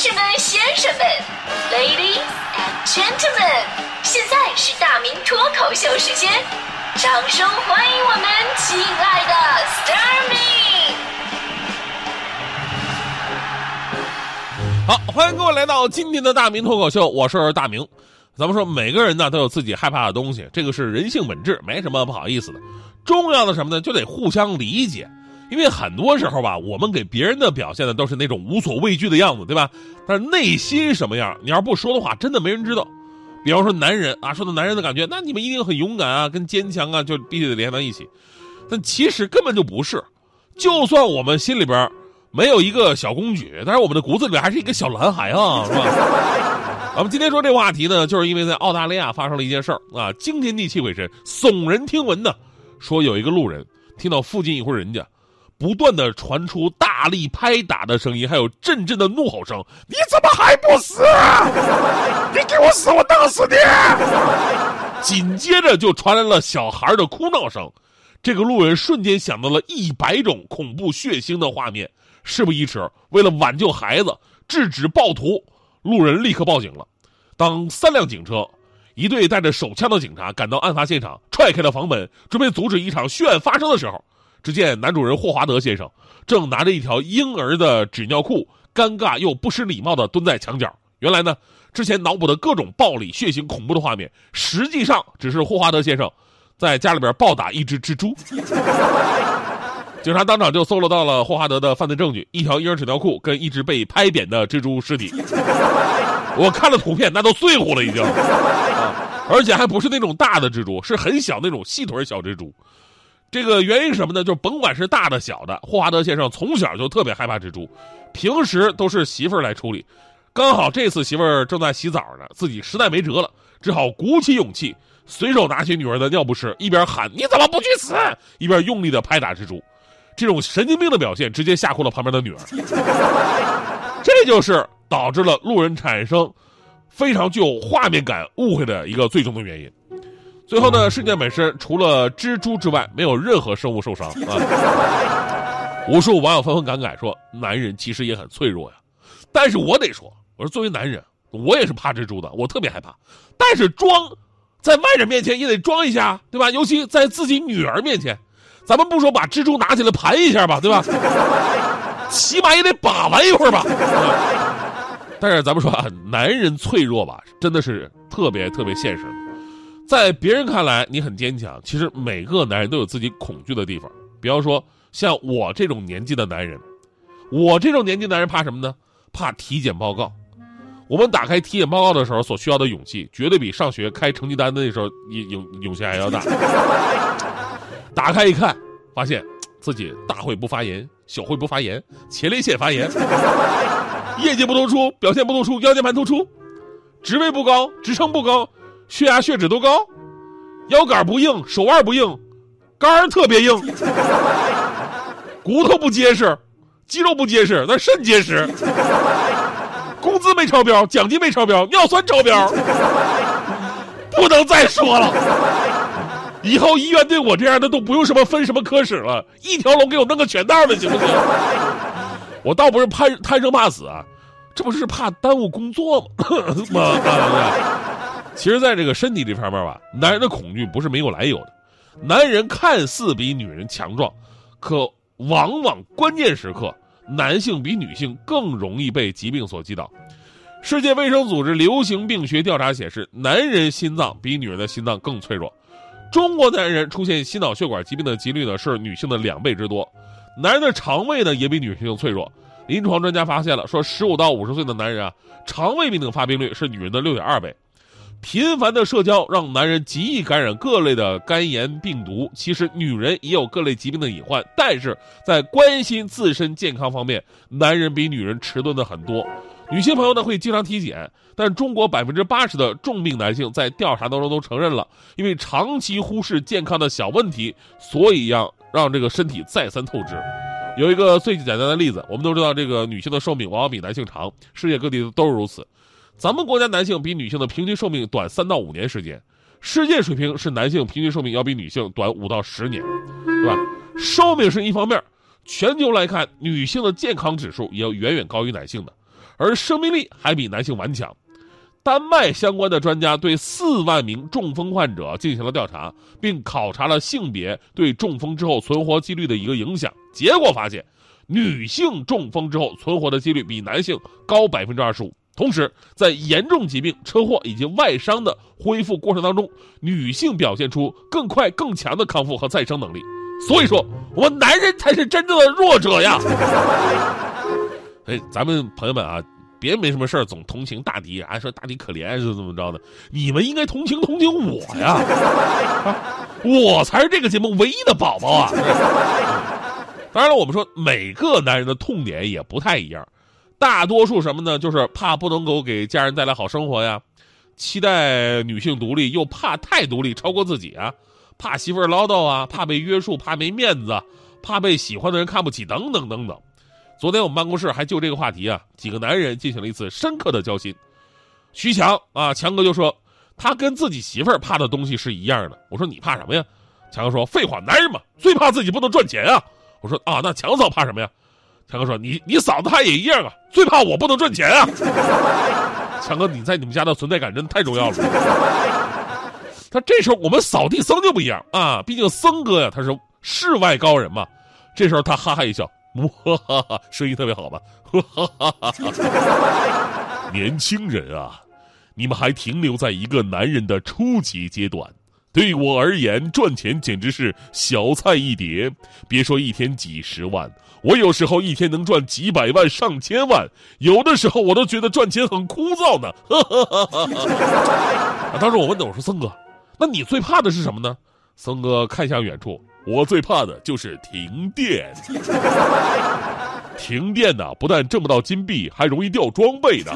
士们、先生们 ，Ladies and Gentlemen， 现在是大明脱口秀时间，掌声欢迎我们亲爱的 Starmin。 好，欢迎各位来到今天的大明脱口秀，我是大明。咱们说每个人呢都有自己害怕的东西，这个是人性本质，没什么不好意思的。重要的什么呢？就得互相理解。因为很多时候吧，我们给别人的表现呢都是那种无所畏惧的样子，对吧？但是内心什么样，你要不说的话，真的没人知道。比方说男人啊，说到男人的感觉，那你们一定很勇敢啊，跟坚强啊，就必须得连到一起。但其实根本就不是。就算我们心里边没有一个小公举，但是我们的骨子里还是一个小男孩啊，是吧？咱们今天说这个话题呢，就是因为在澳大利亚发生了一件事儿啊，惊天地泣鬼神，耸人听闻的。说有一个路人听到附近一户人家不断的传出大力拍打的声音，还有阵阵的怒吼声。你怎么还不死？你给我死，我弄死你！紧接着就传来了小孩的哭闹声。这个路人瞬间想到了100种恐怖血腥的画面。事不宜迟，为了挽救孩子，制止暴徒，路人立刻报警了。当3辆警车，一队带着手枪的警察赶到案发现场，踹开了房门，准备阻止一场血案发生的时候，只见男主人霍华德先生正拿着一条婴儿的纸尿裤，尴尬又不失礼貌地蹲在墙角。原来呢，之前脑补的各种暴力、血腥、恐怖的画面，实际上只是霍华德先生在家里边暴打一只蜘蛛。警察当场就搜罗到了霍华德的犯罪证据，一条婴儿纸尿裤跟一只被拍扁的蜘蛛尸体。我看了图片，那都碎乎了已经而且还不是那种大的蜘蛛，是很小那种细腿小蜘蛛。这个原因是什么呢？就是甭管是大的小的，霍华德先生从小就特别害怕蜘蛛，平时都是媳妇儿来处理。刚好这次媳妇儿正在洗澡呢，自己实在没辙了，只好鼓起勇气，随手拿起女儿的尿不湿，一边喊你怎么不去死，一边用力的拍打蜘蛛。这种神经病的表现直接吓哭了旁边的女儿。这就是导致了路人产生非常具有画面感误会的一个最终的原因。最后呢，事件本身除了蜘蛛之外，没有任何生物受伤啊。无数网友纷纷感慨说，男人其实也很脆弱呀。但是我得说，我说作为男人，我也是怕蜘蛛的，我特别害怕。但是在外人面前也得装一下，对吧？尤其在自己女儿面前，咱们不说把蜘蛛拿起来盘一下吧，对吧？起码也得把玩一会儿吧。但是咱们说啊，男人脆弱吧，真的是特别特别现实。在别人看来你很坚强，其实每个男人都有自己恐惧的地方。比方说像我这种年纪的男人，怕什么呢？怕体检报告。我们打开体检报告的时候所需要的勇气，绝对比上学开成绩单的那时候勇气还要大。打开一看，发现自己大会不发炎，小会不发炎，前列腺发炎，业绩不突出，表现不突出，腰间盘突出，职位不高，职称不高，血压血脂都高，腰杆不硬，手腕不硬，肝特别硬，骨头不结实，肌肉不结实，但肾结实，工资没超标，奖金没超标，尿酸超标，不能再说了。以后医院对我这样的都不用什么分什么科室了，一条龙给我弄个全道的，行不行？我倒不是贪生怕死啊，这不是怕耽误工作吗？其实在这个身体这方面吧，男人的恐惧不是没有来由的。男人看似比女人强壮，可往往关键时刻，男性比女性更容易被疾病所击倒。世界卫生组织流行病学调查显示，男人心脏比女人的心脏更脆弱。中国男人出现心脑血管疾病的几率呢是女性的2倍之多，男人的肠胃呢也比女性脆弱。临床专家发现了，说15到50岁的男人啊，肠胃病的发病率是女人的6.2倍。频繁的社交让男人极易感染各类的肝炎病毒，其实女人也有各类疾病的隐患，但是在关心自身健康方面，男人比女人迟钝的很多。女性朋友呢会经常体检，但中国80%的重病男性在调查当中都承认了，因为长期忽视健康的小问题，所以让这个身体再三透支。有一个最简单的例子，我们都知道这个女性的寿命往往比男性长，世界各地都是如此。咱们国家男性比女性的平均寿命短3到5年时间，世界水平是男性平均寿命要比女性短5到10年，对吧？寿命是一方面，全球来看，女性的健康指数也要远远高于男性的。 而生命力还比男性顽强。丹麦相关的专家对4万名中风患者进行了调查，并考察了性别对中风之后存活几率的一个影响。结果发现，女性中风之后存活的几率比男性高25%。同时，在严重疾病、车祸以及外伤的恢复过程当中，女性表现出更快、更强的康复和再生能力。所以说，我们男人才是真正的弱者呀！咱们朋友们啊，别没什么事儿总同情大迪啊，说大迪可怜是怎么着的，你们应该同情我呀，我才是这个节目唯一的宝宝啊！当然了，我们说每个男人的痛点也不太一样，大多数什么呢？就是怕不能够给家人带来好生活呀，期待女性独立又怕太独立超过自己啊，怕媳妇儿唠叨啊，怕被约束，怕没面子，怕被喜欢的人看不起，等等等等。昨天我们办公室还就这个话题啊，几个男人进行了一次深刻的交心。徐强啊，强哥就说他跟自己媳妇儿怕的东西是一样的。我说你怕什么呀？强哥说废话，男人嘛，最怕自己不能赚钱啊。我说啊，那强嫂怕什么呀？强哥说你嫂子她也一样啊，最怕我不能赚钱啊。强哥，你在你们家的存在感真的太重要了。他这时候我们扫地僧就不一样啊，毕竟僧哥呀他是世外高人嘛。这时候他哈哈一笑，哈哈，声音特别好吧？年轻人啊，你们还停留在一个男人的初级阶段。对我而言，赚钱简直是小菜一碟。别说一天几十万，我有时候一天能赚几百万、上千万，有的时候我都觉得赚钱很枯燥呢。当时我问他，我说僧哥，那你最怕的是什么呢？僧哥看向远处，我最怕的就是停电。停电呢，不但挣不到金币，还容易掉装备的。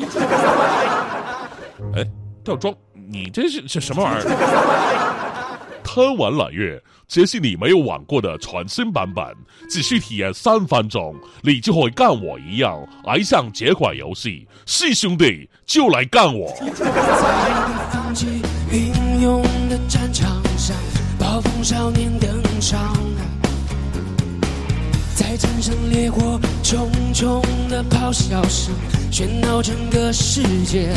掉装，你这是什么玩意儿？贪玩揽月，这是你没有玩过的全新版本，只需体验3分钟，你就会跟我一样爱上这款游戏。是兄弟，就来干我！ 在这个风起云涌的战场上，暴风少年登场，在战胜烈火重重的咆哮声喧闹整个世界。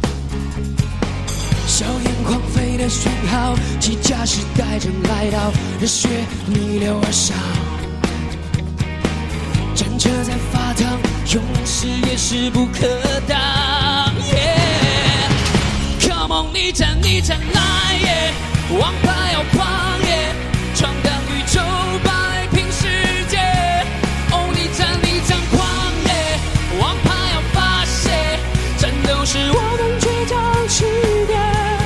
硝烟狂飞的讯号，机甲时代正来到，热血逆流而上。战车在发烫，勇士也势不可挡。Come on， 你战来耶，王牌要狂野，闯荡宇宙，摆平世界。哦，你战狂野，王牌要发泄，战斗是我们倔强起点。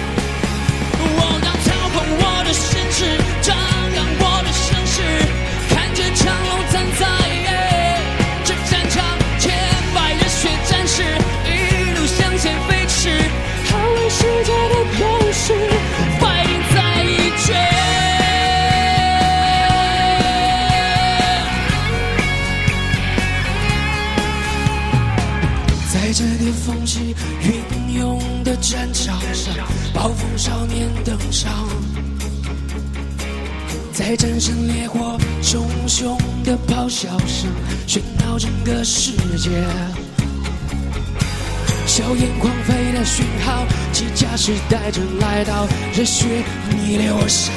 张扬我的声势，看着长龙站在这战场，千百热血战士一路向前飞驰，捍卫世界的勇士，fighting在一决。在这个风起云涌的战场上，暴风少年登场。在战胜烈火熊熊的咆哮声喧闹整个世界，硝烟狂飞的讯号，机甲时代正来到，热血逆流而上。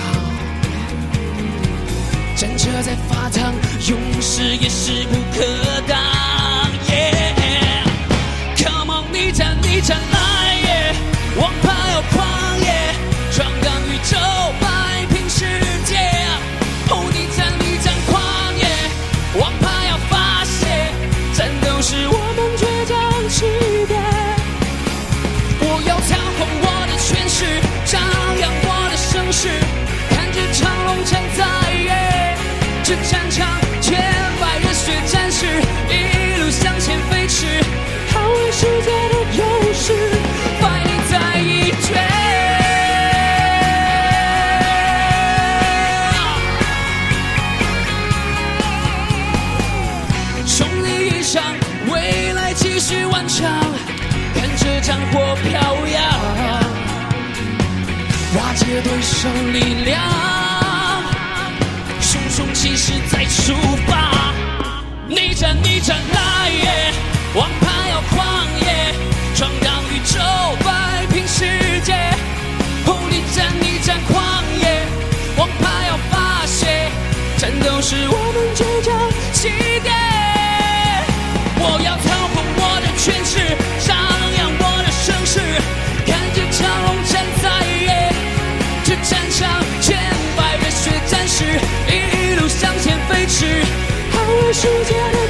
战车在发烫，勇士也势不可挡。Come on， 你战来耶，王牌要狂野，闯荡宇宙，摆平世界。哦，你战狂野，王牌要发泄，战斗是我们倔强起点。我要操控我的权势，张扬我的声势，看着长龙站在这战场，千百热血战士一路向前飞驰，捍卫世界的勇士，fighting在一决。未来继续顽强，看着战火飘扬，瓦解对手力量，熊熊气势再出发。你战来耶， 王牌要狂野，闯荡宇宙，摆平世界。哦，你战狂野，王牌要发泄，战斗是我们倔强起点。我要操控我的权势，张扬我的声势，看见长龙站在野，这战场千百热血战士一路向前飞驰，捍卫世界的